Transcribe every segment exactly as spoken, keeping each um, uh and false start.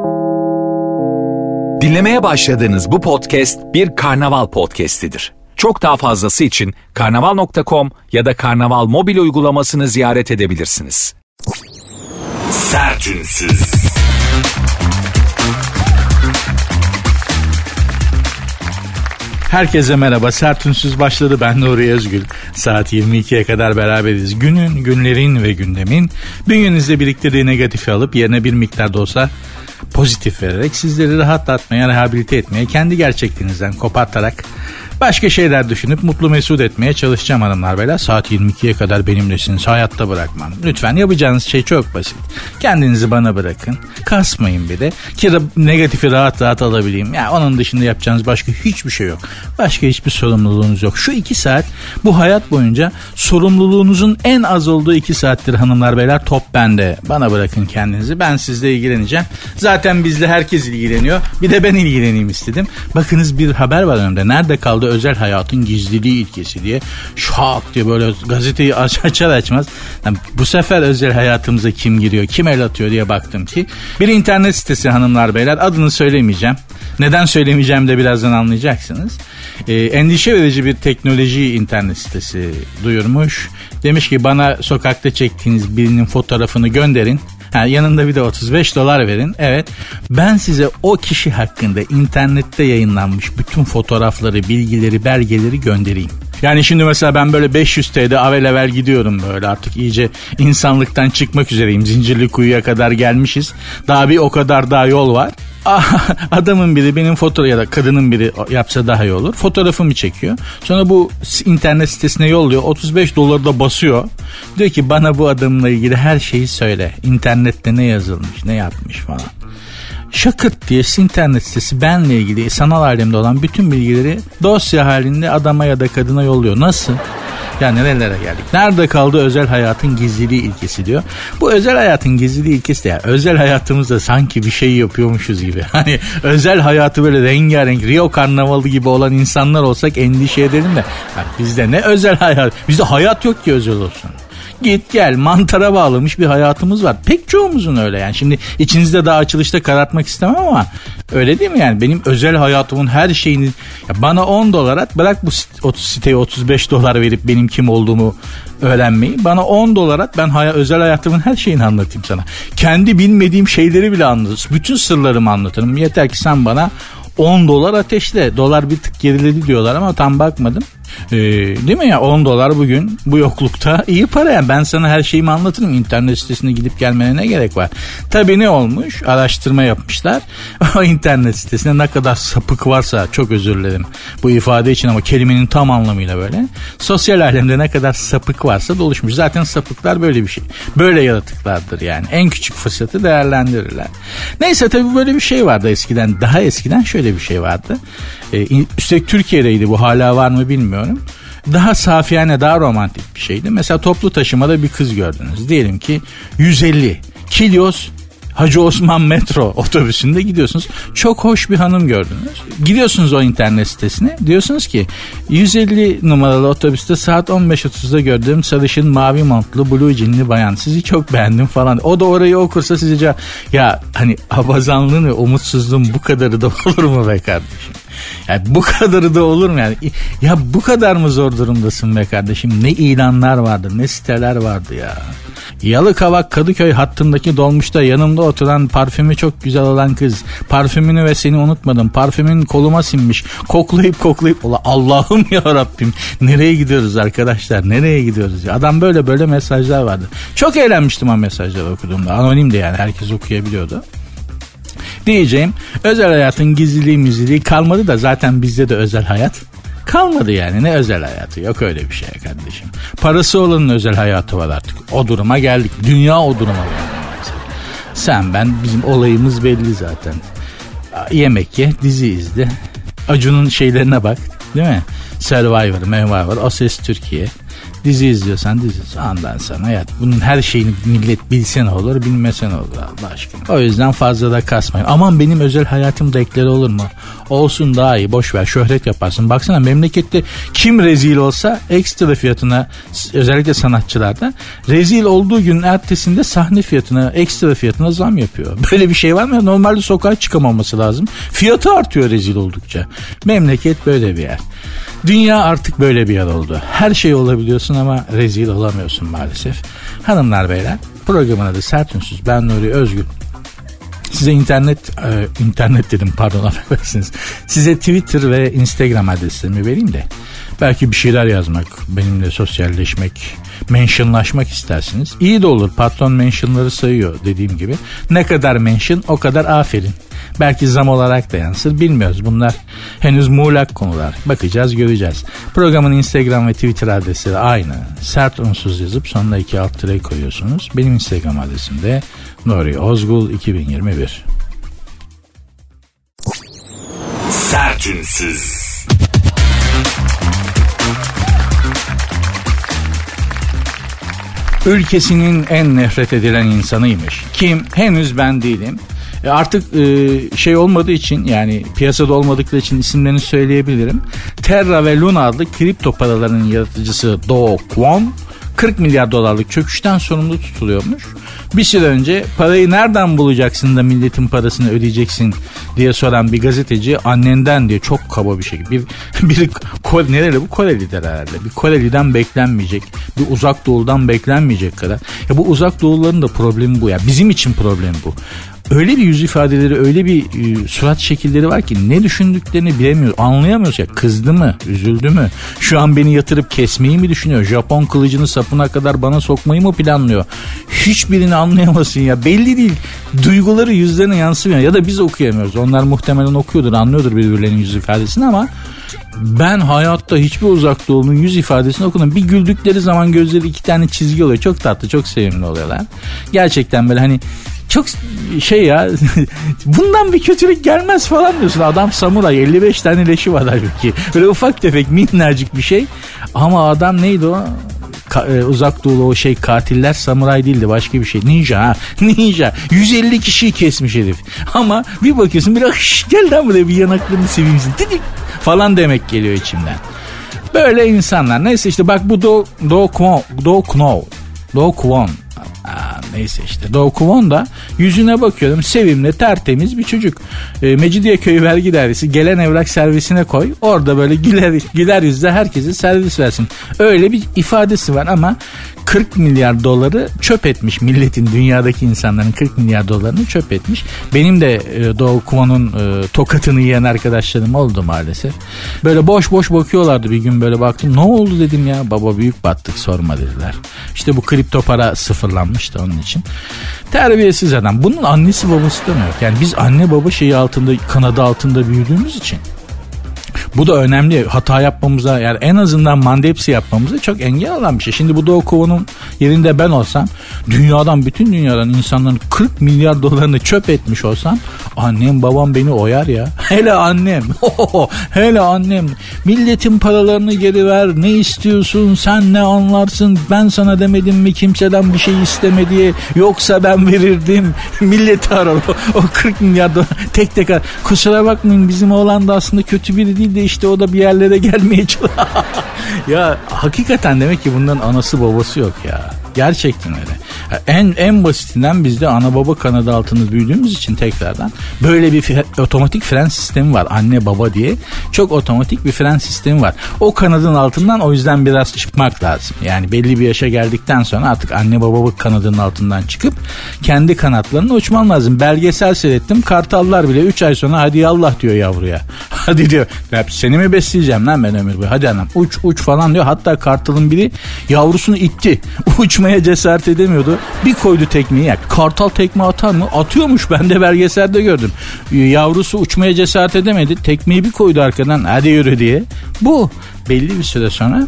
Dinlemeye başladığınız bu podcast bir karnaval podcastidir. Çok daha fazlası için karnaval nokta com ya da karnaval mobil uygulamasını ziyaret edebilirsiniz. Sertünsüz. Herkese merhaba. Sertünsüz başladı. Ben Nuri Özgül. Saat yirmi ikiye kadar beraberiz. Günün, günlerin ve gündemin bünyenizde biriktirdiği negatifi alıp yerine bir miktar da olsa pozitif vererek sizleri rahatlatmaya, rehabilite etmeye, kendi gerçekliğinizden kopartarak başka şeyler düşünüp mutlu mesut etmeye çalışacağım hanımlar beyler. Saat yirmi ikiye kadar benimlesiniz. Hayatta bırakmam. Lütfen, yapacağınız şey çok basit. Kendinizi bana bırakın. Kasmayın bir de. Ki negatifi rahat rahat alabileyim. Ya onun dışında yapacağınız başka hiçbir şey yok. Başka hiçbir sorumluluğunuz yok. Şu iki saat bu hayat boyunca sorumluluğunuzun en az olduğu iki saattir hanımlar beyler. Top bende. Bana bırakın kendinizi. Ben sizle ilgileneceğim. Zaten bizle herkes ilgileniyor. Bir de ben ilgileneyim istedim. Bakınız, bir haber var önümde. Nerede kaldı özel hayatın gizliliği ilkesi diye şak diye böyle gazeteyi aç, açar açmaz yani bu sefer özel hayatımıza kim giriyor, kim el atıyor diye baktım ki bir internet sitesi hanımlar beyler, adını söylemeyeceğim. Neden söylemeyeceğim de birazdan anlayacaksınız. Ee, endişe verici bir teknoloji internet sitesi duyurmuş. Demiş ki bana sokakta çektiğiniz birinin fotoğrafını gönderin. Ha, yanında bir de otuz beş dolar verin. Evet, ben size o kişi hakkında internette yayınlanmış bütün fotoğrafları, bilgileri, belgeleri göndereyim. Yani şimdi mesela ben böyle beş yüz T'de avelevel gidiyorum, böyle artık iyice insanlıktan çıkmak üzereyim. Zincirlikuyu'ya kadar gelmişiz. Daha bir o kadar daha yol var. Adamın biri benim fotoğrafı ya da kadının biri yapsa daha iyi olur. Fotoğrafımı çekiyor. Sonra bu internet sitesine yolluyor. otuz beş dolar da basıyor. Diyor ki bana bu adamla ilgili her şeyi söyle. İnternette ne yazılmış, ne yapmış falan. Şakırt diye internet sitesi benle ilgili sanal alemde olan bütün bilgileri dosya halinde adama ya da kadına yolluyor. Nasıl? Ya nerelere geldik? Nerede kaldı özel hayatın gizliliği ilkesi diyor. Bu özel hayatın gizliliği ilkesi de ya özel hayatımızda sanki bir şey yapıyormuşuz gibi. Hani özel hayatı böyle rengarenk Rio Karnavalı gibi olan insanlar olsak endişe edelim de. Yani bizde ne özel hayat? Bizde hayat yok ki özel olsun. Git gel mantara bağlamış bir hayatımız var. Pek çoğumuzun öyle yani. Şimdi içinizde daha açılışta karartmak istemem ama öyle değil mi yani? Benim özel hayatımın her şeyini ya bana on dolar at, bırak bu siteye otuz beş dolar verip benim kim olduğumu öğrenmeyi. Bana on dolar at, ben hay- özel hayatımın her şeyini anlatayım sana. Kendi bilmediğim şeyleri bile anlatırım. Bütün sırlarımı anlatırım. Yeter ki sen bana on dolar ateşle. Dolar bir tık geriledi diyorlar ama tam bakmadım. Ee, değil mi ya, on dolar bugün bu yoklukta iyi para yani. Ben sana her şeyimi anlatırım. İnternet sitesine gidip gelmene ne gerek var? Tabii ne olmuş? Araştırma yapmışlar. O internet sitesinde ne kadar sapık varsa, çok özür dilerim bu ifade için ama kelimenin tam anlamıyla böyle. Sosyal alemde ne kadar sapık varsa doluşmuş. Zaten sapıklar böyle bir şey. Böyle yaratıklardır yani. En küçük fırsatı değerlendirirler. Neyse, tabii böyle bir şey vardı eskiden. Daha eskiden şöyle bir şey vardı. Ee, üstelik Türkiye'deydi bu, hala var mı bilmiyorum. Daha safiyane, daha romantik bir şeydi. Mesela toplu taşımada bir kız gördünüz. Diyelim ki yüz elli Kilyos Hacı Osman metro otobüsünde gidiyorsunuz. Çok hoş bir hanım gördünüz. Gidiyorsunuz o internet sitesine. Diyorsunuz ki yüz elli numaralı otobüste saat on beş otuzda gördüğüm sarışın mavi montlu blue jeanli bayan. Sizi çok beğendim falan. O da orayı okursa size ya hani abazanlığın ve umutsuzluğun bu kadarı da olur mu be kardeşim? Ya bu kadarı da olur mu yani? Ya bu kadar mı zor durumdasın be kardeşim? Ne ilanlar vardı, ne siteler vardı ya. Yalıkavak Kadıköy hattındaki dolmuşta yanımda oturan parfümü çok güzel olan kız. Parfümünü ve seni unutmadım. Parfümün koluma sinmiş. Koklayıp koklayıp ola Allah'ım ya Rabbim. Nereye gidiyoruz arkadaşlar? Nereye gidiyoruz ya? Adam böyle böyle mesajlar vardı. Çok eğlenmiştim o mesajları okuduğumda. Anonimdi yani, herkes okuyabiliyordu. Diyeceğim, özel hayatın gizliliği müziliği kalmadı da zaten bizde de özel hayat kalmadı yani. Ne özel hayatı, yok öyle bir şey kardeşim. Parası olanın özel hayatı var artık. O duruma geldik. Dünya o duruma geldi. Sen ben, bizim olayımız belli zaten. Yemek ye, dizi izle. Acun'un şeylerine bak, değil mi? Survivor, Survivor, O Ses Türkiye. Dizi izliyorsan dizi. Ondan sana yat. Bunun her şeyini millet bilse ne olur, bilmese ne olur Allah aşkına. O yüzden fazla da kasmayın. Aman benim özel hayatımda ekleri olur mu? Olsun, daha iyi, boş ver, şöhret yaparsın. Baksana memlekette kim rezil olsa ekstra fiyatına, özellikle sanatçılarda, rezil olduğu gün ertesinde sahne fiyatına, ekstra fiyatına zam yapıyor. Böyle bir şey var mı? Normalde sokağa çıkamaması lazım. Fiyatı artıyor rezil oldukça. Memleket böyle bir yer. Dünya artık böyle bir yer oldu. Her şey olabiliyorsun ama rezil olamıyorsun maalesef. Hanımlar beyler, programın adı Sert Ünsüz. Ben Nuri Özgül. Size internet e, internet dedim pardon affedersiniz. Size Twitter ve Instagram adreslerimi vereyim de belki bir şeyler yazmak, benimle sosyalleşmek, mentionlaşmak istersiniz. İyi de olur, patron mentionları sayıyor dediğim gibi. Ne kadar mention o kadar aferin. Belki zam olarak da yansır, bilmiyoruz. Bunlar henüz muğlak konular. Bakacağız, göreceğiz. Programın Instagram ve Twitter adresleri aynı. Sert Unsuz yazıp sonuna iki alt tire koyuyorsunuz. Benim Instagram adresim de Nuri Ozgul iki bin yirmi bir. Sert Unsuz. Ülkesinin en nefret edilen insanıymış. Kim? Henüz ben değilim. E artık e, şey olmadığı için, yani piyasada olmadıkları için isimlerini söyleyebilirim. Terra ve Luna adlı kripto paraların yaratıcısı Do Kwon kırk milyar dolarlık çöküşten sorumlu tutuluyormuş. Bir süre önce parayı nereden bulacaksın da milletin parasını ödeyeceksin diye soran bir gazeteci annenden diye çok kaba bir şey. Bir, bir Kore, nereli bu? Korelidir herhalde. Bir Koreli'den beklenmeyecek, bir uzak doğudan beklenmeyecek kadar. Ya bu uzak doğuların da problemi bu ya. Bizim için problem bu. Öyle bir yüz ifadeleri, öyle bir e, surat şekilleri var ki ne düşündüklerini bilemiyoruz, anlayamıyoruz ya. Kızdı mı, üzüldü mü, şu an beni yatırıp kesmeyi mi düşünüyor, Japon kılıcını sapına kadar bana sokmayı mı planlıyor, hiçbirini anlayamazsın ya, belli değil, duyguları yüzlerine yansımıyor ya da biz okuyamıyoruz, onlar muhtemelen okuyordur, anlıyordur birbirlerinin yüz ifadesini ama ben hayatta hiçbir uzak doğunun yüz ifadesini okudum. Bir güldükleri zaman gözleri iki tane çizgi oluyor, çok tatlı, çok sevimli oluyorlar gerçekten, böyle hani çok şey ya bundan bir kötülük gelmez falan diyorsun. Adam samuray, elli beş tane leşi var halbuki. Böyle ufak tefek minnacık bir şey. Ama adam neydi o? Ka- uzak doğulu o şey, katiller samuray değildi, başka bir şey. Ninja ha. Ninja. yüz elli kişiyi kesmiş herif. Ama bir bakıyorsun bir akış gel lan buraya, bir yanaklarını seveyim dedik falan demek geliyor içimden. Böyle insanlar. Neyse işte bak bu Do Do Kwon Do Kwon Do Kwon Aa, neyse işte Do Kwon da yüzüne bakıyorum, sevimli, tertemiz bir çocuk. e, Mecidiyeköy vergi dairesi gelen evrak servisine koy, orada böyle güler, güler yüzle herkese servis versin, öyle bir ifadesi var. Ama kırk milyar doları çöp etmiş, milletin, dünyadaki insanların kırk milyar dolarını çöp etmiş. Benim de e, Do Kwon'un e, tokatını yiyen arkadaşlarım oldu maalesef. Böyle boş boş bakıyorlardı, bir gün böyle baktım, ne oldu dedim ya, baba büyük battık sorma dediler. İşte bu kripto para sıfırlanmıştı onun için. Terbiyesiz adam. Bunun annesi babası da mı yok? Yani biz anne baba şeyi altında, kanadı altında büyüdüğümüz için bu da önemli. Hata yapmamıza, yani en azından mandepsi yapmamıza çok engel olan bir şey. Şimdi bu Do Kwon'un yerinde ben olsam, dünyadan, bütün dünyadan insanların kırk milyar dolarını çöp etmiş olsam, annem babam beni oyar ya. Hele annem. Hele annem. Milletin paralarını geri ver. Ne istiyorsun? Sen ne anlarsın? Ben sana demedim mi kimseden bir şey isteme diye? Yoksa ben verirdim. Milleti arar. O kırk milyar dolar tek tek arar. Kusura bakmayın, bizim oğlan da aslında kötü biri değil de işte o da bir yerlere gelmeye çalışıyor. Ya hakikaten demek ki bunların anası babası yok ya. Gerçekten öyle. En en basitinden bizde ana baba kanadı altında büyüdüğümüz için tekrardan böyle bir fre- otomatik fren sistemi var. Anne baba diye çok otomatik bir fren sistemi var. O kanadın altından o yüzden biraz çıkmak lazım. Yani belli bir yaşa geldikten sonra artık anne baba kanadının altından çıkıp kendi kanatlarını uçman lazım. Belgesel seyrettim. Kartallar bile üç ay sonra hadi yallah diyor yavruya. Hadi diyor. Seni mi besleyeceğim lan ben ömür boyu? Hadi anam uç uç falan diyor. Hatta kartalın biri yavrusunu itti. Uçmaya cesaret edemiyordu. Bir koydu tekmeyi. Yani kartal tekme atar mı? Atıyormuş. Ben de belgeselde gördüm. Yavrusu uçmaya cesaret edemedi. Tekmeyi bir koydu arkadan. Hadi yürü diye. Bu belli bir süre sonra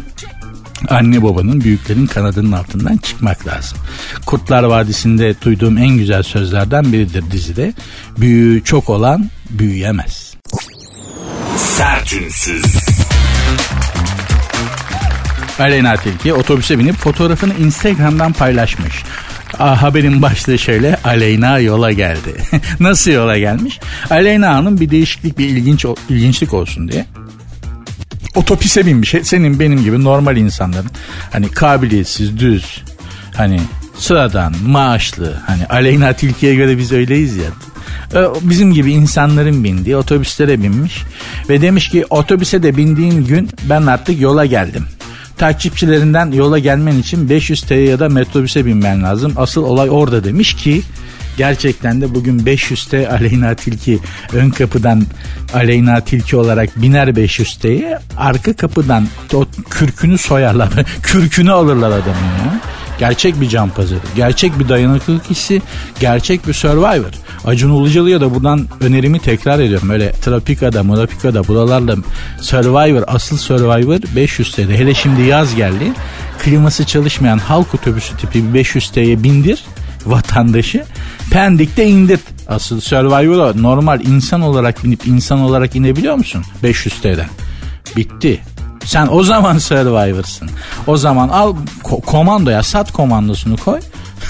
anne babanın, büyüklerin kanadının altından çıkmak lazım. Kurtlar Vadisi'nde duyduğum en güzel sözlerden biridir dizide. Büyüğü çok olan büyüyemez. Sertünsüz. Aleyna Tilki otobüse binip fotoğrafını Instagram'dan paylaşmış. Aa, haberin başlığı şöyle: Aleyna yola geldi. Nasıl yola gelmiş? Aleyna Hanım bir değişiklik, bir ilginç ilginçlik olsun diye otobüse binmiş. Senin benim gibi normal insanların, hani kabiliyetsiz, düz, hani sıradan, maaşlı, hani Aleyna Tilki'ye göre biz öyleyiz ya. Bizim gibi insanların bindiği otobüslere binmiş ve demiş ki otobüse de bindiğin gün ben artık yola geldim. Takipçilerinden yola gelmen için beş yüz TL ya da metrobüse binmen lazım. Asıl olay orada demiş ki gerçekten de bugün beş yüz TL Aleyna Tilki ön kapıdan Aleyna Tilki olarak biner beş yüz TL'ye, arka kapıdan o kürkünü soyarlar. Kürkünü alırlar adamın ya. Gerçek bir can pazarı, gerçek bir dayanıklılık hissi, gerçek bir Survivor. Acun Ilıcalı'ya da buradan önerimi tekrar ediyorum. Öyle Tropika'da, Murapika'da buralarla Survivor, asıl Survivor beş yüz TL. Hele şimdi yaz geldi. Kliması çalışmayan halk otobüsü tipi beş yüz TL'ye bindir vatandaşı. Pendik'te indir. Asıl Survivor'a normal insan olarak binip insan olarak inebiliyor musun? beş yüz TL'den. Bitti. Sen o zaman Survivor'sın. O zaman al ko- komandoya, sat komandosunu koy.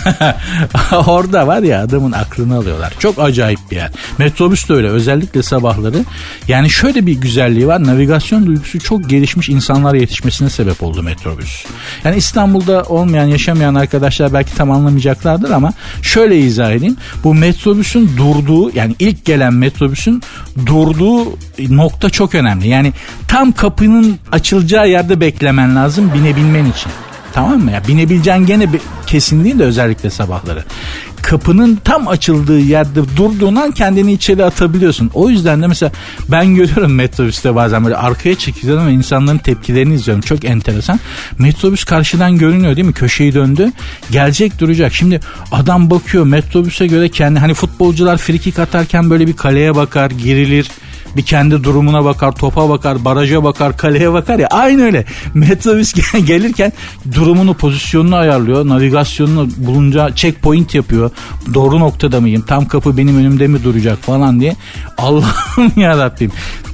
Orada var ya, adamın aklını alıyorlar. Çok acayip bir yer. Metrobüs de öyle, özellikle sabahları. Yani şöyle bir güzelliği var. Navigasyon duygusu çok gelişmiş insanlar yetişmesine sebep oldu metrobüs. Yani İstanbul'da olmayan, yaşamayan arkadaşlar belki tam anlamayacaklardır ama şöyle izah edeyim. Bu metrobüsün durduğu, yani ilk gelen metrobüsün durduğu nokta çok önemli. Yani tam kapının açılacağı yerde beklemen lazım binebilmen için. Tamam mı ya? Binebileceğin gene kesin değil de özellikle sabahları. Kapının tam açıldığı yerde durduğun an kendini içeri atabiliyorsun. O yüzden de mesela ben görüyorum metrobüste bazen böyle arkaya çekiliyorum ve insanların tepkilerini izliyorum. Çok enteresan. Metrobüs karşıdan görünüyor değil mi? Köşeyi döndü. Gelecek, duracak. Şimdi adam bakıyor metrobüse göre kendi, hani futbolcular frikik atarken böyle bir kaleye bakar, girilir. Bir kendi durumuna bakar, topa bakar, baraja bakar, kaleye bakar ya. Aynı öyle. Metrobüs gelirken durumunu, pozisyonunu ayarlıyor. Navigasyonunu bulunca checkpoint yapıyor. Doğru noktada mıyım? Tam kapı benim önümde mi duracak falan diye. Allah'ım yarabbim.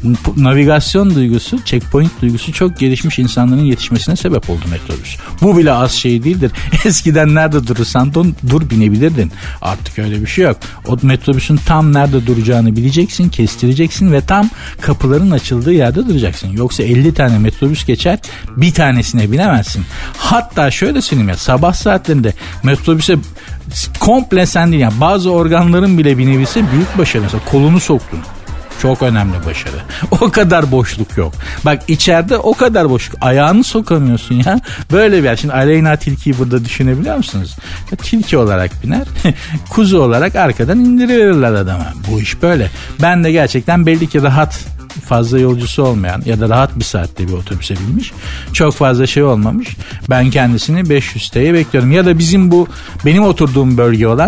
Navigasyon duygusu, checkpoint duygusu çok gelişmiş insanların yetişmesine sebep oldu metrobüs. Bu bile az şey değildir. Eskiden nerede durursan dur, dur binebilirdin. Artık öyle bir şey yok. O metrobüsün tam nerede duracağını bileceksin, kestireceksin ve tam kapıların açıldığı yerde duracaksın. Yoksa elli tane metrobüs geçer, bir tanesine binemezsin. Hatta şöyle söyleyeyim ya, sabah saatlerinde metrobüse komple sen değil, yani bazı organların bile binebilse büyük başarı. Mesela kolunu soktun. Çok önemli başarı. O kadar boşluk yok. Bak içeride o kadar boşluk. Ayağını sokamıyorsun ya. Böyle bir yer. Şimdi Aleyna Tilki'yi burada düşünebiliyor musunuz? Tilki olarak biner. Kuzu olarak arkadan indiriverirler adama. Bu iş böyle. Ben de gerçekten belli ki rahat, fazla yolcusu olmayan ya da rahat bir saatte bir otobüse binmiş. Çok fazla şey olmamış. Ben kendisini beş yüz TL'ye bekliyorum. Ya da bizim bu, benim oturduğum bölge olan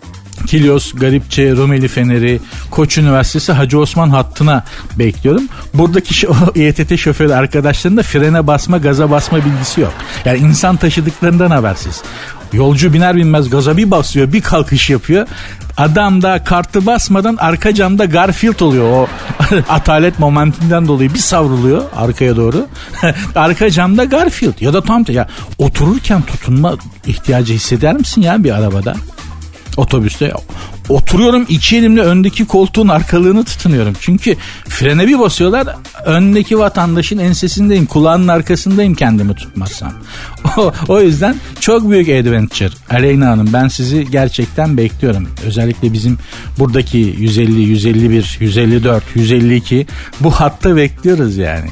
Kilyos, Garipçe, Rumeli Feneri, Koç Üniversitesi Hacı Osman hattına bekliyorum. Buradaki o İ T T şoförü arkadaşlarının da frene basma, gaza basma bilgisi yok. Yani insan taşıdıklarından habersiz. Yolcu biner binmez gaza bir basıyor, bir kalkış yapıyor. Adam da kartı basmadan arka camda Garfield oluyor. O atalet momentinden dolayı bir savruluyor arkaya doğru. Arka camda Garfield ya da tam ya, otururken tutunma ihtiyacı hisseder misin ya bir arabada? Otobüste oturuyorum, iki elimle öndeki koltuğun arkalığını tutunuyorum. Çünkü frene bir basıyorlar, öndeki vatandaşın ensesindeyim, kulağının arkasındayım kendimi tutmazsam. O, o yüzden çok büyük adventure. Aleyna Hanım, ben sizi gerçekten bekliyorum. Özellikle bizim buradaki yüz elli, yüz elli bir, yüz elli dört, yüz elli iki bu hatta bekliyoruz yani.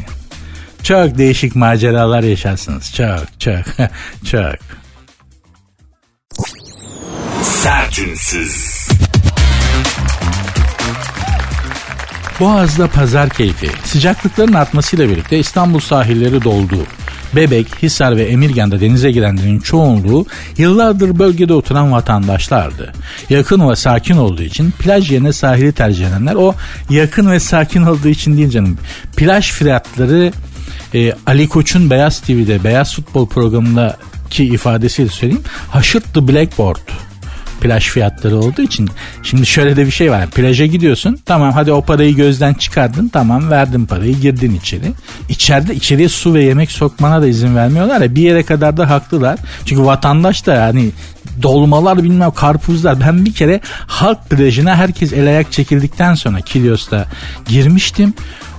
Çok değişik maceralar yaşarsınız. Çok çok çok. Sertünsüz. Boğaz'da pazar keyfi. Sıcaklıkların artmasıyla birlikte İstanbul sahilleri doldu. Bebek, Hisar ve Emirgan'da denize girenlerin çoğunluğu yıllardır bölgede oturan vatandaşlardı. Yakın ve sakin olduğu için plaj yerine sahili tercih edenler, o yakın ve sakin olduğu için değil canım. Plaj fiyatları e, Ali Koç'un Beyaz T V'de Beyaz Futbol programındaki ifadesiyle söyleyeyim, haşırt the blackboard. plaj fiyatları olduğu için. Şimdi şöyle de bir şey var. Plaja gidiyorsun. Tamam hadi o parayı gözden çıkardın. Tamam verdin parayı, girdin içeri. İçeride içeriye su ve yemek sokmana da izin vermiyorlar ya. Bir yere kadar da haklılar. Çünkü vatandaş da yani dolmalar bilmem karpuzlar. Ben bir kere halk plajına herkes el ayak çekildikten sonra Kilyos'ta girmiştim.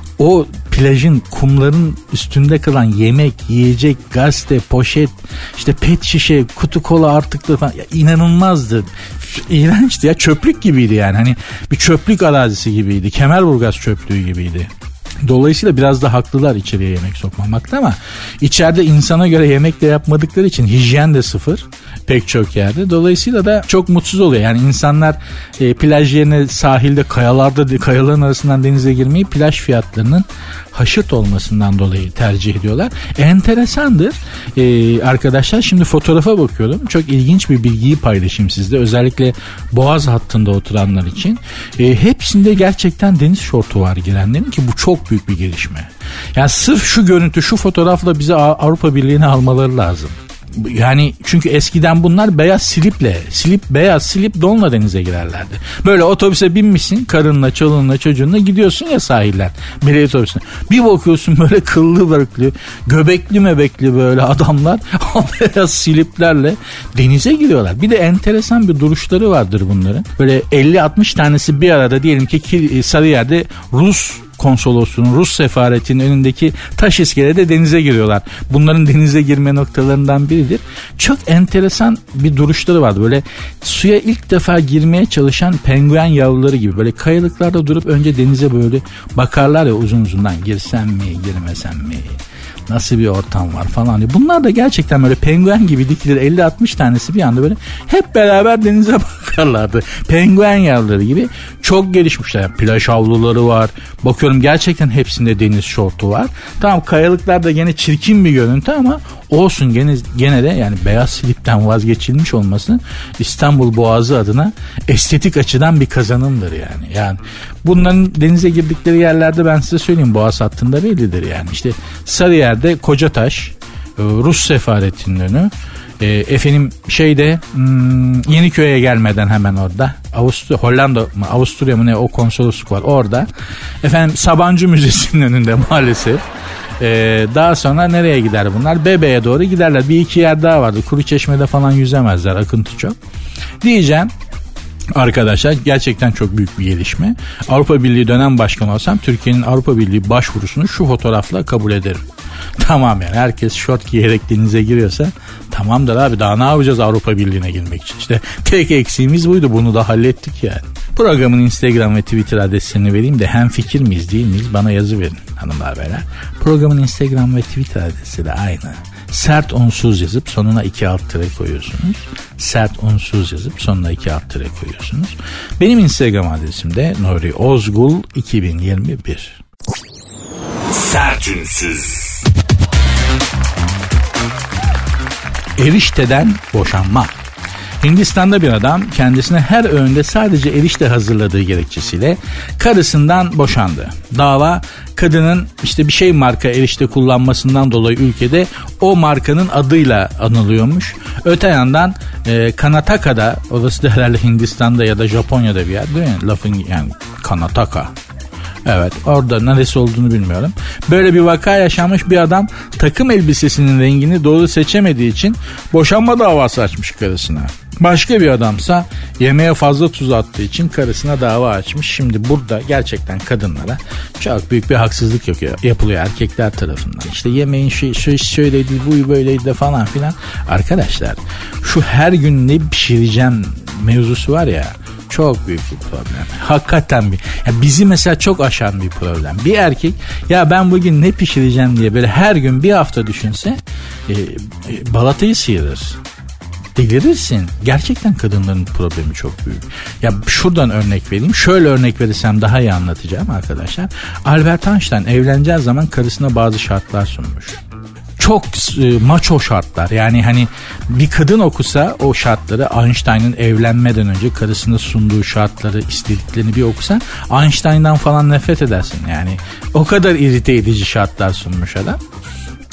O plajın, kumların üstünde kalan yemek, yiyecek, gazete, poşet, işte pet şişe, kutu kola artıkları falan ya inanılmazdı. İğrençti ya, çöplük gibiydi yani. Hani bir çöplük arazisi gibiydi. Kemerburgaz çöplüğü gibiydi. Dolayısıyla biraz da haklılar içeriye yemek sokmamakta ama içeride insana göre yemek de yapmadıkları için hijyen de sıfır pek çok yerde. Dolayısıyla da çok mutsuz oluyor. Yani insanlar e, plaj yerine sahilde kayalarda kayaların arasından denize girmeyi plaj fiyatlarının haşırt olmasından dolayı tercih ediyorlar. Enteresandır ee, arkadaşlar. Şimdi fotoğrafa bakıyorum. Çok ilginç bir bilgiyi paylaşayım sizle. Özellikle Boğaz hattında oturanlar için. Ee, hepsinde gerçekten deniz şortu var girenlerin ki bu çok büyük bir gelişme. Yani sırf şu görüntü, şu fotoğrafla bize Avrupa Birliği'ne almaları lazım. Yani çünkü eskiden bunlar beyaz sliple, slip beyaz slip donla denize girerlerdi. Böyle otobüse binmişsin, karınla, çoluğunla, çocuğunla gidiyorsun ya sahilden, belediye otobüsüne. Bir bakıyorsun böyle kıllı bırıklı, göbekli mebekli böyle adamlar o beyaz sliplerle denize giriyorlar. Bir de enteresan bir duruşları vardır bunların. Böyle elli altmış tanesi bir arada, diyelim ki Sarıyer'de Rus konsolosluğunun, Rus sefaretinin önündeki taş iskelede denize giriyorlar. Bunların denize girme noktalarından biridir. Çok enteresan bir duruşları vardı. Böyle suya ilk defa girmeye çalışan penguen yavruları gibi. Böyle kayalıklarda durup önce denize böyle bakarlar ya uzun uzundan. Girsem mi, girmesem mi? Nasıl bir ortam var falan. Bunlar da gerçekten böyle penguen gibi dikilir, elli altmış tanesi bir anda böyle hep beraber denize bakarlardı. Penguen yavruları gibi çok gelişmişler. Yani plaj havluları var. Bakıyorum gerçekten hepsinde deniz şortu var. Tamam kayalıklarda gene çirkin bir görüntü ama olsun, gene, gene de yani beyaz slipten vazgeçilmiş olması İstanbul Boğazı adına estetik açıdan bir kazanımdır yani. Yani bunların denize girdikleri yerlerde ben size söyleyeyim, Boğaz hattında bellidir yani. İşte Sarıyer'de Kocataş, Rus sefaretinin önü, e, efendim şeyde hmm, Yeniköy'e gelmeden hemen orada Avusturya, Hollanda mı Avusturya mı ne o konsolosluk var orada. Efendim Sabancı Müzesi'nin önünde maalesef. Ee, daha sonra nereye gider bunlar? Bebe'ye doğru giderler. Bir iki yer daha vardı. Kuruçeşme'de falan yüzemezler. Akıntı çok. Diyeceğim arkadaşlar, gerçekten çok büyük bir gelişme. Avrupa Birliği dönem başkanı olsam Türkiye'nin Avrupa Birliği başvurusunu şu fotoğrafla kabul ederim. Tamam yani herkes şort giyerek denize giriyorsa tamamdır abi, daha ne yapacağız Avrupa Birliği'ne girmek için? İşte tek eksiğimiz buydu, bunu da hallettik yani. Programın Instagram ve Twitter adreslerini vereyim de hem fikir miyiz değil miyiz bana yazı verin hanımlar beyler. Programın Instagram ve Twitter adresi de aynı. Sert unsuz yazıp sonuna iki alt tire koyuyorsunuz. Sert unsuz yazıp sonuna iki alt tire koyuyorsunuz. Benim Instagram adresim de Nuri Ozgul iki bin yirmi bir. Sert unsuz. Erişteden boşanma. Hindistan'da bir adam kendisine her öğünde sadece erişte hazırladığı gerekçesiyle karısından boşandı. Dava kadının işte bir şey marka erişte kullanmasından dolayı ülkede o markanın adıyla anılıyormuş. Öte yandan e, Karnataka'da, orası da herhalde Hindistan'da ya da Japonya'da bir yer değil mi? Lafın yani Karnataka. Evet, orada neresi olduğunu bilmiyorum. Böyle bir vaka yaşanmış, bir adam takım elbisesinin rengini doğru seçemediği için boşanma davası açmış karısına. Başka bir adamsa yemeğe fazla tuz attığı için karısına dava açmış. Şimdi burada gerçekten kadınlara çok büyük bir haksızlık yapıyor, yapılıyor erkekler tarafından. İşte yemeğin şu, şu şöyleydi, bu böyleydi de falan filan. Arkadaşlar şu her gün ne pişireceğim mevzusu var ya, çok büyük bir problem. Hakikaten bir. Ya bizi mesela çok aşan bir problem. Bir erkek ya ben bugün ne pişireceğim diye böyle her gün bir hafta düşünse e, e, balatayı sıyırır. Delirirsin. Gerçekten kadınların problemi çok büyük. Ya şuradan örnek vereyim. Şöyle örnek verirsem daha iyi anlatacağım arkadaşlar. Albert Einstein evleneceği zaman karısına bazı şartlar sunmuş. Çok e, maço şartlar. Yani hani bir kadın okusa o şartları, Einstein'ın evlenmeden önce karısına sunduğu şartları, istediklerini bir okusa Einstein'dan falan nefret edersin. Yani o kadar irite edici şartlar sunmuş adam.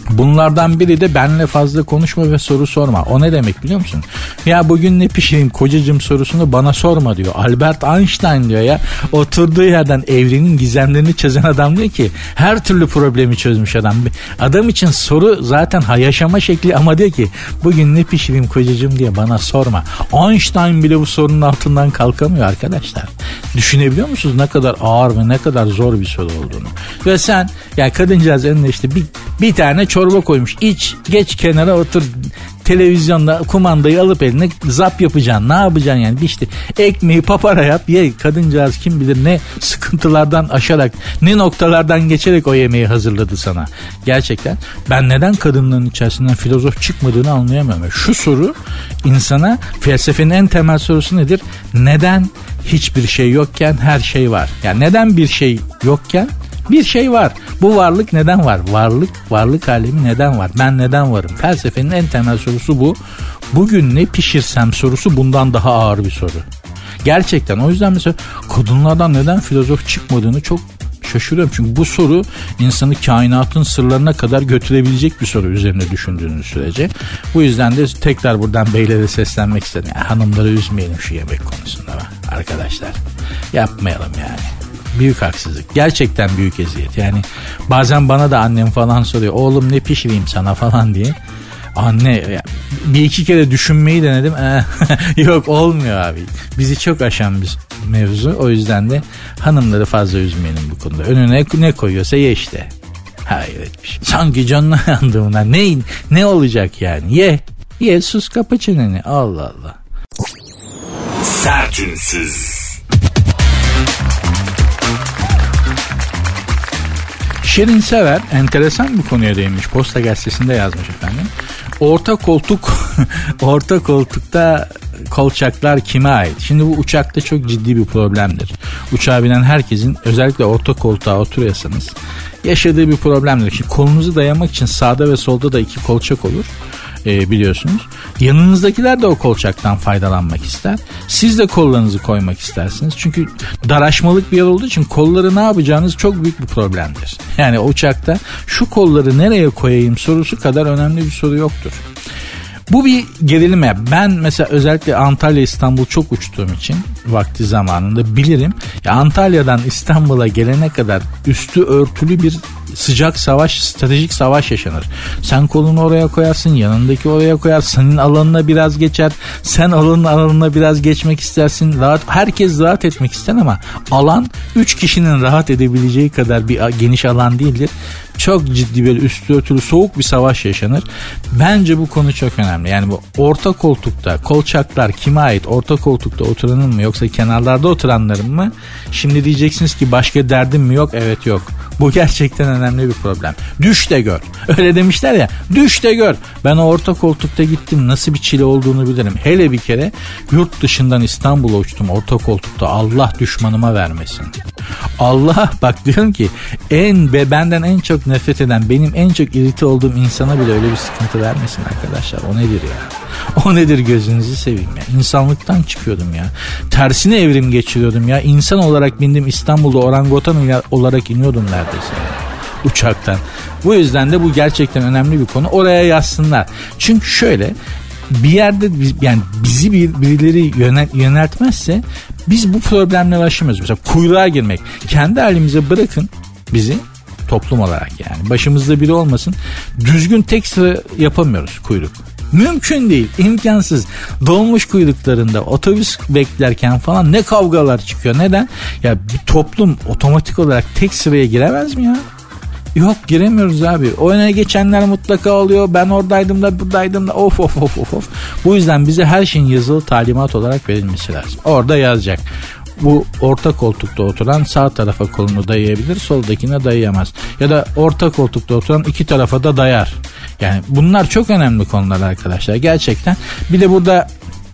Bunlardan biri de benle fazla konuşma ve soru sorma. O ne demek biliyor musun? Ya bugün ne pişireyim kocacığım sorusunu bana sorma diyor. Albert Einstein diyor ya. Oturduğu yerden evrenin gizemlerini çözen adam diyor ki her türlü problemi çözmüş adam. Adam için soru zaten yaşama şekli ama diyor ki bugün ne pişireyim kocacığım diye bana sorma. Einstein bile bu sorunun altından kalkamıyor arkadaşlar. Düşünebiliyor musunuz ne kadar ağır ve ne kadar zor bir soru olduğunu? Ve sen ya kadıncağız önüne işte bir, bir tane çorba koymuş. İç, geç kenara otur. Televizyonda kumandayı alıp eline zap yapacaksın. Ne yapacaksın yani? İşte ekmeği papara yap. Ye. Kadıncağız kim bilir ne sıkıntılardan aşarak, ne noktalardan geçerek o yemeği hazırladı sana. Gerçekten ben neden kadınların içerisinden filozof çıkmadığını anlayamıyorum. Şu soru insana, felsefenin en temel sorusu nedir? Neden hiçbir şey yokken her şey var? Yani neden bir şey yokken bir şey var? Bu varlık neden var? Varlık, varlık alemi neden var? Ben neden varım? Felsefenin en temel sorusu bu. Bugün ne pişirsem sorusu bundan daha ağır bir soru. Gerçekten o yüzden mesela kadınlardan neden filozof çıkmadığını çok şaşırıyorum. Çünkü bu soru insanı kainatın sırlarına kadar götürebilecek bir soru üzerine düşündüğünüz sürece. Bu yüzden de tekrar buradan beylere seslenmek istedim. Ya, hanımları üzmeyelim şu yemek konusunda arkadaşlar. Yapmayalım yani. Büyük haksızlık. Gerçekten büyük eziyet. Yani bazen bana da annem falan soruyor. Oğlum ne pişireyim sana falan diye. Anne bir iki kere düşünmeyi denedim. Yok olmuyor abi. Bizi çok aşan bir mevzu. O yüzden de hanımları fazla üzmeyelim bu konuda. Önüne ne koyuyorsa ye işte. Hayret bir şey. Sanki canına yandığına ne, ne olacak yani? Ye. Ye sus kapa çeneni. Allah Allah. Sertünsüz. Şirin Sever enteresan bir konuya değinmiş. Posta Gazetesi'nde yazmış efendim. Orta koltuk, orta koltukta kolçaklar kime ait? Şimdi bu uçakta çok ciddi bir problemdir. Uçağa binen herkesin özellikle orta koltuğa oturuyorsanız yaşadığı bir problemdir. Şimdi kolunuzu dayamak için sağda ve solda da iki kolçak olur. E, biliyorsunuz. Yanınızdakiler de o kolçaktan faydalanmak ister. Siz de kollarınızı koymak istersiniz. Çünkü daraşmalık bir yer olduğu için kolları ne yapacağınız çok büyük bir problemdir. Yani uçakta şu kolları nereye koyayım sorusu kadar önemli bir soru yoktur. Bu bir gerilim ya. Ben mesela özellikle Antalya İstanbul çok uçtuğum için vakti zamanında bilirim. Ya Antalya'dan İstanbul'a gelene kadar üstü örtülü bir sıcak savaş, stratejik savaş yaşanır. Sen kolunu oraya koyarsın, yanındaki oraya koyar, senin alanına biraz geçer, sen alanın alanına biraz geçmek istersin. Rahat, herkes rahat etmek ister ama alan üç kişinin rahat edebileceği kadar bir geniş alan değildir. Çok ciddi bir üstü örtülü soğuk bir savaş yaşanır. Bence bu konu çok önemli. Yani bu orta koltukta kolçaklar kime ait? Orta koltukta oturanın mı yoksa kenarlarda oturanların mı? Şimdi diyeceksiniz ki başka derdim mi yok? Evet yok. Bu gerçekten önemli bir problem. Düş de gör. Öyle demişler ya. Düş de gör. Ben o orta koltukta gittim. Nasıl bir çile olduğunu bilirim. Hele bir kere yurt dışından İstanbul'a uçtum orta koltukta. Allah düşmanıma vermesin. Allah bak diyorum ki en ve benden en çok nefret eden, benim en çok irite olduğum insana bile öyle bir sıkıntı vermesin arkadaşlar. O nedir ya? O nedir gözünüzü seveyim ya. İnsanlıktan çıkıyordum ya. Tersine evrim geçiriyordum ya. İnsan olarak bindim İstanbul'da orangutan olarak iniyordum neredeyse ya. Uçaktan. Bu yüzden de bu gerçekten önemli bir konu. Oraya yazsınlar. Çünkü şöyle bir yerde yani bizi bir, birileri yönel, yöneltmezse biz bu problemle başlamıyoruz. Mesela kuyruğa girmek. Kendi halimize bırakın bizi toplum olarak yani. Başımızda biri olmasın. Düzgün tek sıra yapamıyoruz kuyruk. Mümkün değil, imkansız. Dolmuş kuyruklarında otobüs beklerken falan ne kavgalar çıkıyor. Neden? Ya bir toplum otomatik olarak tek sıraya giremez mi ya? Yok giremiyoruz abi. O öne geçenler mutlaka oluyor. Ben oradaydım da buradaydım da of of of of. Bu yüzden bize her şeyin yazılı talimat olarak verilmesi lazım. Orada yazacak. Bu orta koltukta oturan sağ tarafa kolunu dayayabilir, soldakine dayayamaz. Ya da orta koltukta oturan iki tarafa da dayar. Yani bunlar çok önemli konular arkadaşlar gerçekten. Bir de burada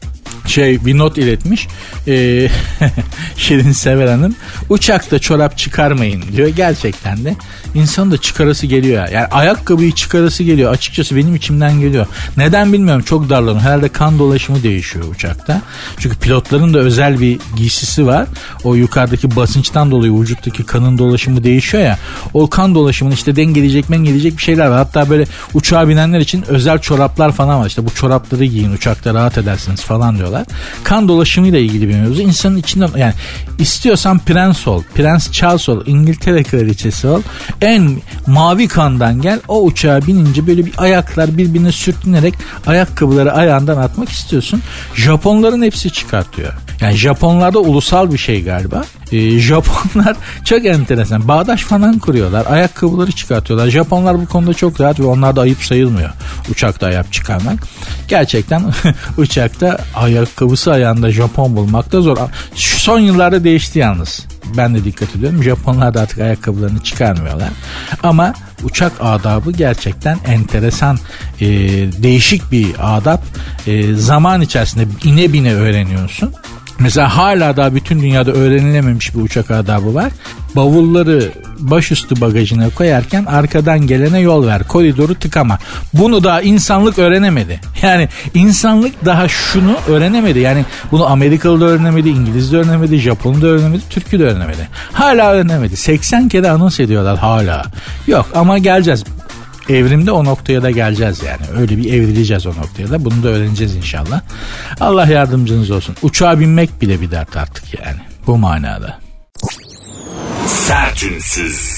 şey bir not iletmiş. Ee, Şirin Sever Hanım, uçakta çorap çıkarmayın diyor. Gerçekten de insanın da çıkarası geliyor. Yani ayakkabıyı çıkarası geliyor. Açıkçası benim içimden geliyor. Neden bilmiyorum, çok darlanıyor. Herhalde kan dolaşımı değişiyor uçakta. Çünkü pilotların da özel bir giysisi var. O yukarıdaki basınçtan dolayı vücuttaki kanın dolaşımı değişiyor ya. O kan dolaşımını işte dengeleyecek mengeleyecek bir şeyler var. Hatta böyle uçağa binenler için özel çoraplar falan var. İşte bu çorapları giyin, uçakta rahat edersiniz falan diyorlar. Kan dolaşımıyla ilgili bir mevzu. İnsanın içinden, yani istiyorsan prens ol, Prens Charles ol, İngiltere kraliçesi ol. En mavi kandan gel. O uçağa binince böyle bir ayaklar birbirine sürtünerek ayakkabıları ayağından atmak istiyorsun. Japonların hepsi çıkartıyor. Yani Japonlarda ulusal bir şey galiba. Ee, Japonlar çok enteresan. Bağdaş falan kuruyorlar. Ayakkabıları çıkartıyorlar. Japonlar bu konuda çok rahat ve onlar da ayıp sayılmıyor. Uçakta ayak çıkarmak. Gerçekten uçakta ayakkabısı ayağında Japon bulmak da zor. Şu son yıllarda değişti yalnız. Ben de dikkat ediyorum. Japonlar da artık ayakkabılarını çıkarmıyorlar. Ama uçak adabı gerçekten enteresan, e, değişik bir adab. E, zaman içerisinde ine bine öğreniyorsun. Mesela hala daha bütün dünyada öğrenilememiş bir uçak adabı var. Bavulları başüstü bagajına koyarken arkadan gelene yol ver. Koridoru tıkama. Bunu daha insanlık öğrenemedi. Yani insanlık daha şunu öğrenemedi. Yani bunu Amerikalı da öğrenemedi, İngiliz de öğrenemedi, Japon da öğrenemedi, Türk'ü de öğrenemedi. Hala öğrenemedi. seksen kere anons ediyorlar hala. Yok ama geleceğiz. Evrimde o noktaya da geleceğiz yani. Öyle bir evrileceğiz o noktaya da. Bunu da öğreneceğiz inşallah. Allah yardımcınız olsun. Uçağa binmek bile bir dert artık yani. Bu manada. Sertünsüz.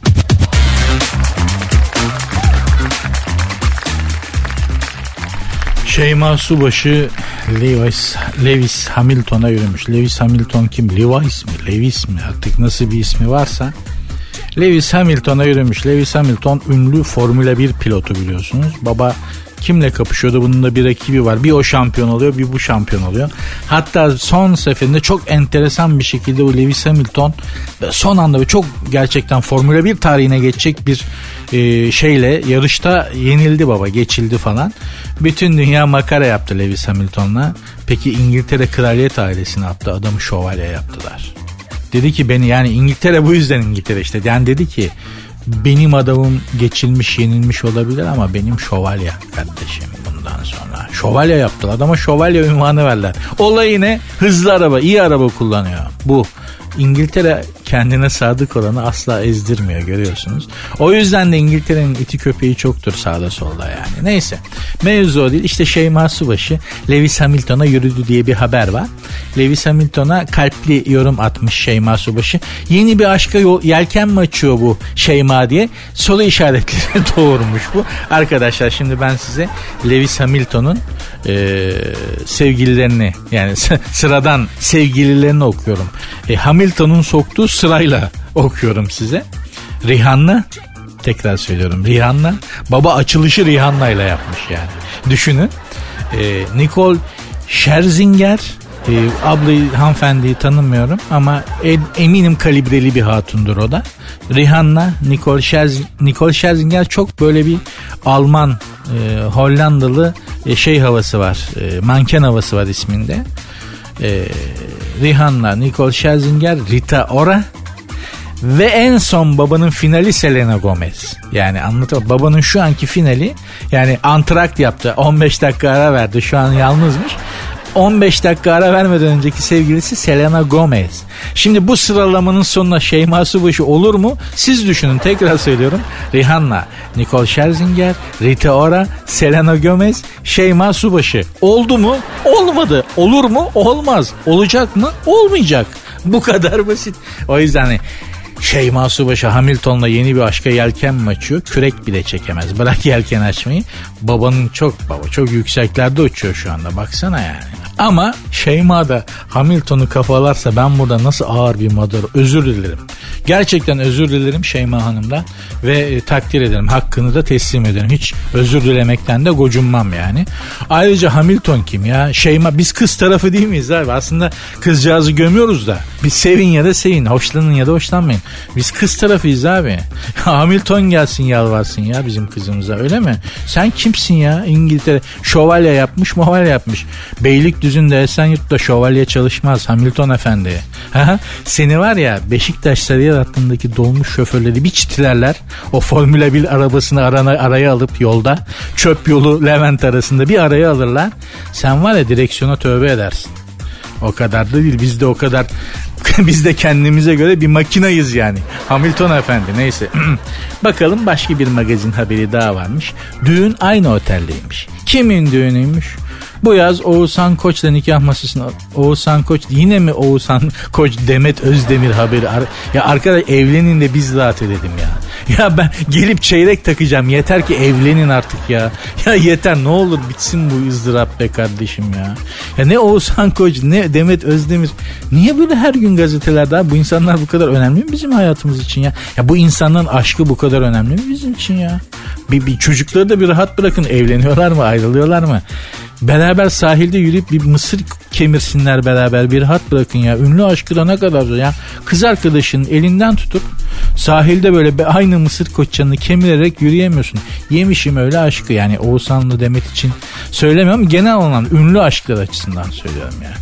Şeyma Subaşı Lewis, Lewis Hamilton'a yürümüş. Lewis Hamilton kim? Lewis mi? Lewis mi? Artık nasıl bir ismi varsa. Lewis Hamilton'a yürümüş. Lewis Hamilton ünlü Formula bir pilotu biliyorsunuz. Baba kimle kapışıyordu? Bunun da bir rakibi var. Bir o şampiyon oluyor, bir bu şampiyon oluyor. Hatta son seferinde çok enteresan bir şekilde bu Lewis Hamilton son anda çok gerçekten Formula bir tarihine geçecek bir e, şeyle yarışta yenildi baba. Geçildi falan. Bütün dünya makara yaptı Lewis Hamilton'la. Peki İngiltere kraliyet ailesine attı. Adamı şövalye yaptılar. Dedi ki beni, yani İngiltere bu yüzden İngiltere işte. Yani dedi ki benim adamım geçilmiş yenilmiş olabilir ama benim şövalye kardeşim bundan sonra. Şövalye yaptılar. Adama şövalye ünvanı verdiler. Olay yine hızlı araba, iyi araba kullanıyor. Bu İngiltere kendine sadık olanı asla ezdirmiyor, görüyorsunuz. O yüzden de İngiltere'nin iti köpeği çoktur sağda solda yani. Neyse, mevzu o değil. İşte Şeyma Subaşı Lewis Hamilton'a yürüdü diye bir haber var. Lewis Hamilton'a kalpli yorum atmış Şeyma Subaşı. Yeni bir aşka yol, yelken mi açıyor bu Şeyma diye soru işaretleri doğurmuş bu. Arkadaşlar şimdi ben size Lewis Hamilton'un e, sevgililerini, yani sıradan sevgililerini okuyorum. E, Hamilton'un soktuğu sırayla okuyorum size. Rihanna, tekrar söylüyorum, Rihanna. Baba açılışı Rihanna ile yapmış yani. Düşünün. E, Nicole Scherzinger, e, ablayı, hanımefendiyi tanımıyorum ama e, eminim kalibreli bir hatundur o da. Rihanna, Nicole Scherzinger, Nicole Scherzinger çok böyle bir Alman, e, Hollandalı e, şey havası var. E, manken havası var isminde. E, Rihanna, Nicole Scherzinger, Rita Ora ve en son babanın finali Selena Gomez. Yani anlatamam. Babanın şu anki finali, yani antrakt yaptı. on beş dakika ara verdi. Şu an yalnızmış. on beş dakika ara vermeden önceki sevgilisi Selena Gomez. Şimdi bu sıralamanın sonuna Şeyma Subaşı olur mu? Siz düşünün, tekrar söylüyorum. Rihanna, Nicole Scherzinger, Rita Ora, Selena Gomez, Şeyma Subaşı. Oldu mu? Olmadı. Olur mu? Olmaz. Olacak mı? Olmayacak. Bu kadar basit. O yüzden hani Şeyma Subaşı Hamilton'la yeni bir aşka yelken mi açıyor? Kürek bile çekemez. Bırak yelken açmayı. Babanın çok baba çok yükseklerde uçuyor şu anda. Baksana yani. Ama Şeyma da Hamilton'u kafalarsa ben burada nasıl ağır bir madar, özür dilerim. Gerçekten özür dilerim Şeyma Hanım'dan ve e, takdir ederim. Hakkını da teslim ederim. Hiç özür dilemekten de gocunmam yani. Ayrıca Hamilton kim ya? Şeyma, biz kız tarafı değil miyiz abi? Aslında kızcağızı gömüyoruz da. Biz sevin ya da sevin. Hoşlanın ya da hoşlanmayın. Biz kız tarafıyız abi. Hamilton gelsin yalvarsın ya bizim kızımıza, öyle mi? Sen kimsin ya? İngiltere şövalye yapmış, movalye yapmış. Beylikdüzü'nde Esenyurt'ta şövalye çalışmaz Hamilton efendi. Seni var ya Beşiktaş Sarıyer hattındaki dolmuş şoförleri bir çitilerler. O Formula bir arabasını arana, araya alıp yolda çöp yolu Levent arasında bir araya alırlar. Sen var ya direksiyona tövbe edersin. O kadar da değil, biz de o kadar biz de kendimize göre bir makinayız yani. Hamilton efendi, neyse. Bakalım başka bir magazin haberi daha varmış. Düğün aynı oteldeymiş. Kimin düğünüymüş? Bu yaz Oğuzhan Koç'la nikah masasına, Oğuzhan Koç yine mi Oğuzhan Koç Demet Özdemir haberi. Ya arkadaş evlenin de biz rahat edelim ya. Ya ben gelip çeyrek takacağım, yeter ki evlenin artık ya. Ya yeter, ne olur bitsin bu ızdırap be kardeşim ya. Ya ne Oğuzhan Koç ne Demet Özdemir. Niye böyle her gün gazetelerde bu insanlar bu kadar önemli mi bizim hayatımız için ya? Ya bu insanların aşkı bu kadar önemli mi bizim için ya? Bir, bir çocukları da bir rahat bırakın, evleniyorlar mı, ayrılıyorlar mı? Beraber sahilde yürüyüp bir mısır kemirsinler, beraber bir rahat bırakın ya. Ünlü aşkı da ne kadar zor ya. Kız arkadaşının elinden tutup sahilde böyle aynı mısır koçanını kemirerek yürüyemiyorsun. Yemişim öyle aşkı yani. Oğuzhan'la Demet için söylemiyorum, genel olan ünlü aşklar açısından söylüyorum ya.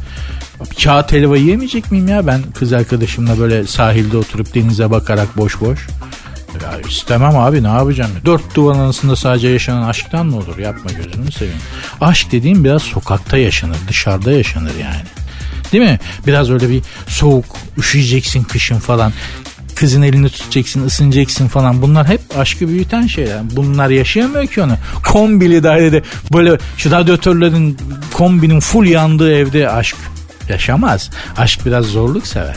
Kağıt helva yiyemeyecek miyim ya ben kız arkadaşımla böyle sahilde oturup denize bakarak boş boş? Ya istemem abi, ne yapacağım? Dört duvarın arasında sadece yaşanan aşktan mı olur? Yapma, gözünü seveyim. Aşk dediğim biraz sokakta yaşanır, dışarıda yaşanır yani. Değil mi? Biraz öyle bir soğuk, üşüyeceksin kışın falan. Kızın elini tutacaksın, ısınacaksın falan. Bunlar hep aşkı büyüten şeyler. Bunlar yaşayamıyor ki onu. Kombili dairede böyle şu radyatörlerin, kombinin full yandığı evde aşk yaşamaz. Aşk biraz zorluk sever.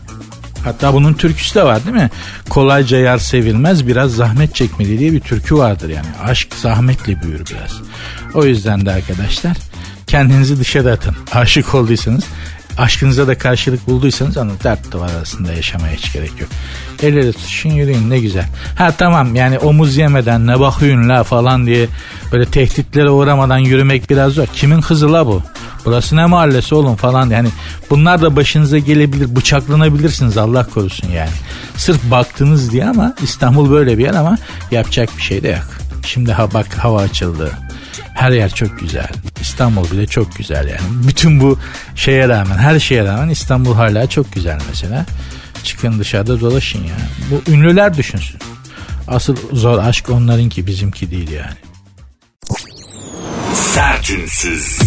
Hatta bunun türküsü de var değil mi? Kolayca yar sevilmez, biraz zahmet çekmeli diye bir türkü vardır yani. Aşk zahmetle büyür biraz. O yüzden de arkadaşlar kendinizi dışarı atın. Aşık olduysanız, aşkınıza da karşılık bulduysanız onu dert duvar arasında yaşamaya hiç gerek yok. El ele tutuşun, yürüyün, ne güzel. Ha tamam yani omuz yemeden ne bakıyorsun la falan diye böyle tehditlere uğramadan yürümek biraz zor. Kimin kızı la bu? Burası ne mahallesi oğlum falan yani. Bunlar da başınıza gelebilir, bıçaklanabilirsiniz Allah korusun yani. Sırf baktınız diye, ama İstanbul böyle bir yer, ama yapacak bir şey de yok. Şimdi ha bak, hava açıldı. Her yer çok güzel. İstanbul bile çok güzel yani. Bütün bu şeye rağmen, her şeye rağmen İstanbul hala çok güzel mesela. Çıkın dışarıda dolaşın ya. Bu ünlüler düşünsün. Asıl zor aşk onlarınki, bizimki değil yani. Sertünsüz.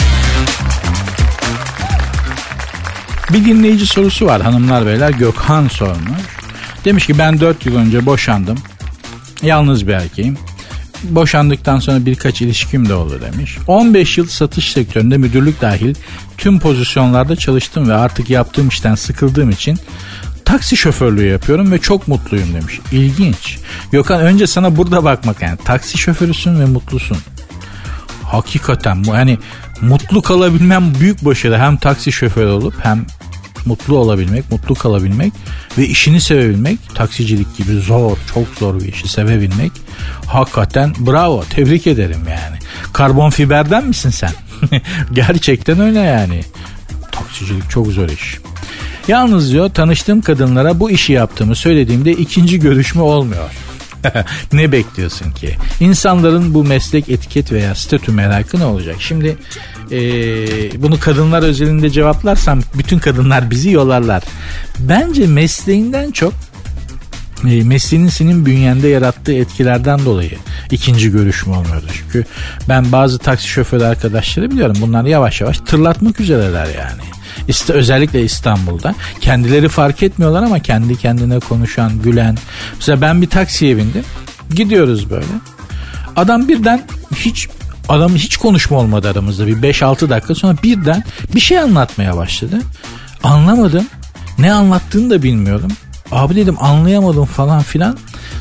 Bir dinleyici sorusu var hanımlar beyler. Gökhan sormuş. Demiş ki ben dört yıl önce boşandım. Yalnız bir erkeğim. Boşandıktan sonra birkaç ilişkim de oldu demiş. on beş yıl satış sektöründe müdürlük dahil tüm pozisyonlarda çalıştım ve artık yaptığım işten sıkıldığım için taksi şoförlüğü yapıyorum ve çok mutluyum demiş. İlginç. Gökhan, önce sana burada bakmak yani. Taksi şoförüsün ve mutlusun. Hakikaten bu yani mutlu kalabilmem büyük başarı. Hem taksi şoförü olup hem mutlu olabilmek, mutlu kalabilmek ve işini sevebilmek, taksicilik gibi zor, çok zor bir işi sevebilmek. Hakikaten bravo, tebrik ederim yani. Karbon fiberden misin sen? Gerçekten öyle yani. Taksicilik çok zor iş. Yalnız diyor, tanıştığım kadınlara bu işi yaptığımı söylediğimde ikinci görüşme olmuyor. Ne bekliyorsun ki? İnsanların bu meslek, etiket veya statü merakı ne olacak? Şimdi ee, bunu kadınlar özelinde cevaplarsam bütün kadınlar bizi yolarlar. Bence mesleğinden çok e, mesleğinin senin bünyende yarattığı etkilerden dolayı ikinci görüşme olmuyordu. Çünkü ben bazı taksi şoförü arkadaşları biliyorum. Bunlar yavaş yavaş tırlatmak üzereler yani. İşte özellikle İstanbul'da kendileri fark etmiyorlar ama kendi kendine konuşan, gülen. Mesela ben bir taksiye bindim, gidiyoruz böyle. Adam birden hiç adamın hiç konuşma olmadı aramızda, bir beş altı dakika sonra birden bir şey anlatmaya başladı. Anlamadım, ne anlattığını da bilmiyorum. Abi dedim, anlayamadım falan filan.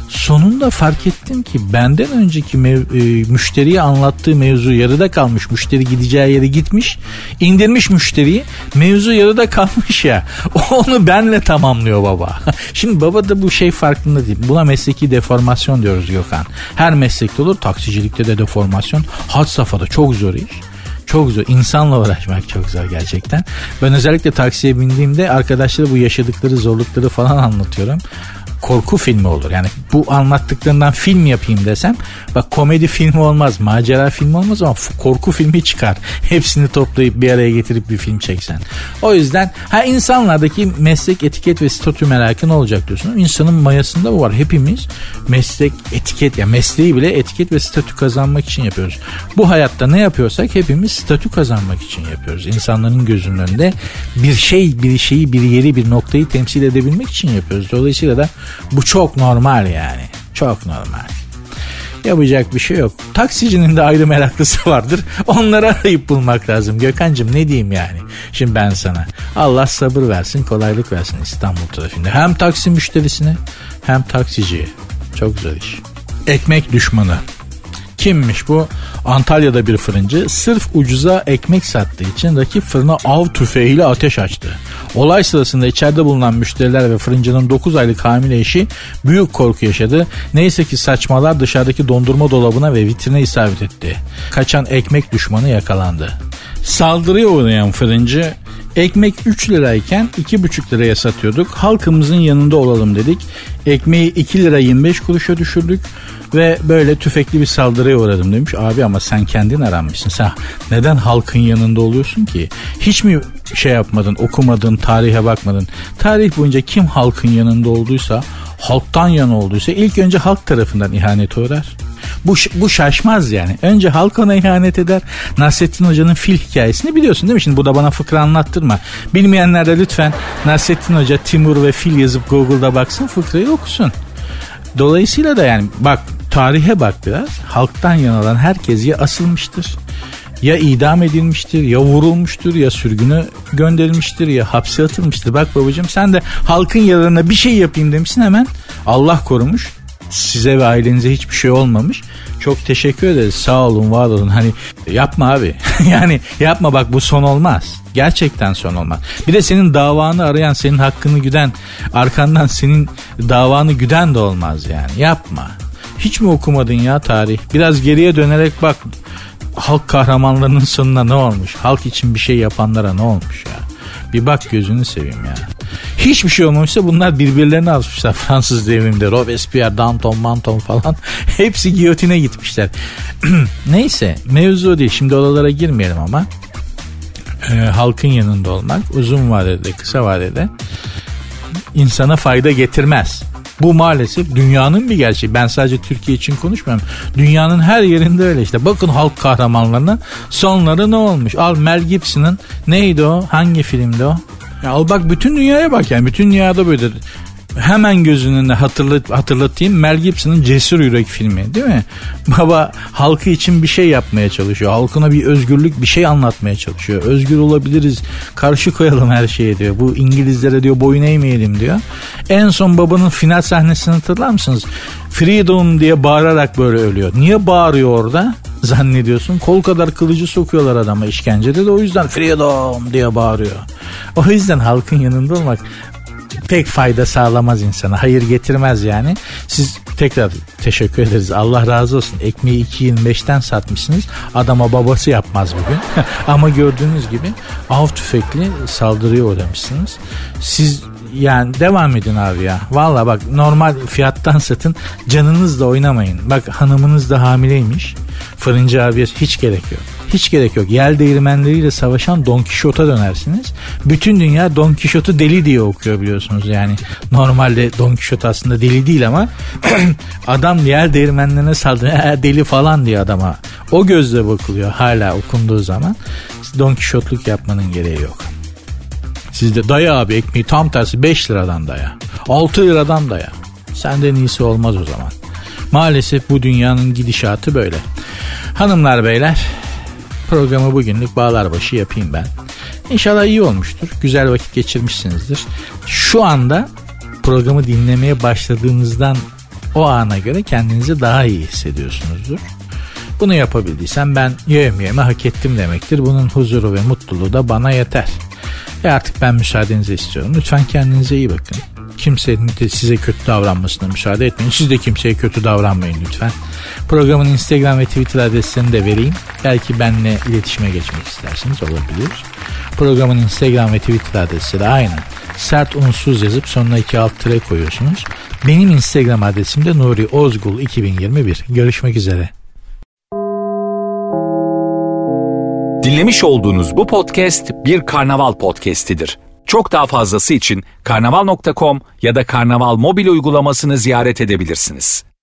sonunda fark ettim ki benden önceki mev- e, müşteriye anlattığı mevzu yarıda kalmış. Müşteri gideceği yere gitmiş, indirmiş müşteriyi, mevzu yarıda kalmış ya. Onu benle tamamlıyor baba. Şimdi baba da bu şey farkında değil. Buna mesleki deformasyon diyoruz Gökhan. Her meslekte olur, taksicilikte de deformasyon. Had safhada çok zor iş. Çok zor. İnsanla uğraşmak çok zor gerçekten. Ben özellikle taksiye bindiğimde arkadaşlara bu yaşadıkları zorlukları falan anlatıyorum. Korku filmi olur. Yani bu anlattıklarından film yapayım desem, bak komedi filmi olmaz, macera filmi olmaz ama korku filmi çıkar. Hepsini toplayıp bir araya getirip bir film çeksen. O yüzden ha insanlardaki meslek, etiket ve statü merakı ne olacak diyorsun. İnsanın mayasında bu var. Hepimiz meslek, etiket, ya yani mesleği bile etiket ve statü kazanmak için yapıyoruz. Bu hayatta ne yapıyorsak hepimiz statü kazanmak için yapıyoruz. İnsanların gözünün önünde bir şey, bir şeyi, bir yeri, bir noktayı temsil edebilmek için yapıyoruz. Dolayısıyla da bu çok normal yani. Çok normal. Yapacak bir şey yok. Taksicinin de ayrı meraklısı vardır. Onları arayıp bulmak lazım. Gökhan'cığım ne diyeyim yani? Şimdi ben sana. Allah sabır versin, kolaylık versin İstanbul trafiğinde. Hem taksi müşterisine hem taksiciye. Çok zor iş. Ekmek düşmanı. Kimmiş bu? Antalya'da bir fırıncı sırf ucuza ekmek sattığı için rakip fırına av tüfeğiyle ateş açtı. Olay sırasında içeride bulunan müşteriler ve fırıncının dokuz aylık hamile eşi büyük korku yaşadı. Neyse ki saçmalar dışarıdaki dondurma dolabına ve vitrine isabet etti. Kaçan ekmek düşmanı yakalandı. Saldırıya uğrayan fırıncı, ekmek üç lirayken iki buçuk liraya satıyorduk. Halkımızın yanında olalım dedik. Ekmeği iki lira yirmi beş kuruşa düşürdük ve böyle tüfekli bir saldırıya uğradım demiş. Abi ama sen kendin aranmışsın. Sen neden halkın yanında oluyorsun ki? Hiç mi şey yapmadın, okumadın, tarihe bakmadın? Tarih boyunca kim halkın yanında olduysa, halktan yana olduysa ilk önce halk tarafından ihanete uğrar. Bu, bu şaşmaz yani. Önce halk ona ihanet eder. Nasrettin Hoca'nın fil hikayesini biliyorsun değil mi? Şimdi bu da bana fıkra anlattırma. Bilmeyenler de lütfen Nasrettin Hoca, Timur ve fil yazıp Google'da baksın, fıkrayı okusun. Dolayısıyla da yani bak, tarihe bak biraz. Halktan yana olan herkes ya asılmıştır, ya idam edilmiştir, ya vurulmuştur, ya sürgüne gönderilmiştir, ya hapse atılmıştır. Bak babacığım, sen de halkın yararına bir şey yapayım demişsin, hemen Allah korumuş. Size ve ailenize hiçbir şey olmamış. Çok teşekkür ederiz. Sağ olun, var olun. Hani yapma abi. Yani yapma, bak bu son olmaz. Gerçekten son olmaz. Bir de senin davanı arayan, senin hakkını güden, arkandan senin davanı güden de olmaz yani. Yapma. Hiç mi okumadın ya tarih? Biraz geriye dönerek bak. Halk kahramanlarının sonuna ne olmuş? Halk için bir şey yapanlara ne olmuş ya? Bir bak, gözünü seveyim ya. Hiçbir şey olmamışsa bunlar birbirlerine alışmışlar. Fransız devriminde Robespierre, Danton, Manton falan hepsi giyotine gitmişler. Neyse, mevzu değil. Şimdi oralara girmeyelim ama e, halkın yanında olmak uzun vadede, kısa vadede insana fayda getirmez. Bu maalesef dünyanın bir gerçeği. Ben sadece Türkiye için konuşmuyorum. Dünyanın her yerinde öyle işte. Bakın halk kahramanlarına sonları ne olmuş? Al Mel Gibson'ın, neydi o? Hangi filmdi o? Ya al bak, bütün dünyaya bak yani. Bütün dünyada böyle. Hemen gözünün hatırlat, hatırlatayım. Mel Gibson'ın Cesur Yürek filmi değil mi? Baba halkı için bir şey yapmaya çalışıyor. Halkına bir özgürlük, bir şey anlatmaya çalışıyor. Özgür olabiliriz. Karşı koyalım her şeye diyor. Bu İngilizlere diyor boyun eğmeyelim diyor. En son babanın final sahnesini hatırlar mısınız? Freedom diye bağırarak böyle ölüyor. Niye bağırıyor orada? Zannediyorsun. Kol kadar kılıcı sokuyorlar adama işkencede de, o yüzden Freedom diye bağırıyor. O yüzden halkın yanında olmak pek fayda sağlamaz insana. Hayır getirmez yani. Siz tekrar teşekkür ederiz. Allah razı olsun. Ekmeği iki yirmi beşten satmışsınız. Adama babası yapmaz bugün. Ama gördüğünüz gibi av tüfekli saldırıya uğramışsınız. Siz yani devam edin abi ya. Valla bak, normal fiyattan satın. Canınızla oynamayın. Bak, hanımınız da hamileymiş. Fırıncı abiye hiç gerek yok. Hiç gerek yok. Yel değirmenleriyle savaşan Don Kişot'a dönersiniz. Bütün dünya Don Kişot'u deli diye okuyor biliyorsunuz. Yani normalde Don Kişot aslında deli değil ama adam yel değirmenlerine saldırıyor. Deli falan diye adama. O gözle bakılıyor hala okunduğu zaman. Don Kişotluk yapmanın gereği yok. Siz de daya abi ekmeği, tam tersi beş liradan daya. altı liradan daya. Senden iyisi olmaz o zaman. Maalesef bu dünyanın gidişatı böyle. Hanımlar beyler, programı bugünlük bağlarbaşı yapayım ben. İnşallah iyi olmuştur. Güzel vakit geçirmişsinizdir. Şu anda programı dinlemeye başladığınızdan o ana göre kendinizi daha iyi hissediyorsunuzdur. Bunu yapabildiysen ben yemeğimi hak ettim demektir. Bunun huzuru ve mutluluğu da bana yeter. E artık ben müsaadenizi istiyorum. Lütfen kendinize iyi bakın. Kimsenin de size kötü davranmasına müsaade etmeyin. Siz de kimseye kötü davranmayın lütfen. Programın Instagram ve Twitter adreslerini de vereyim. Belki benimle iletişime geçmek isterseniz olabilir. Programın Instagram ve Twitter adresi de aynı. Sert unsuz yazıp sonuna iki alt tire koyuyorsunuz. Benim Instagram adresim de Nuri Ozgul iki bin yirmi bir. Görüşmek üzere. Dinlemiş olduğunuz bu podcast bir Karnaval podcastidir. Çok daha fazlası için karnaval nokta com ya da Karnaval mobil uygulamasını ziyaret edebilirsiniz.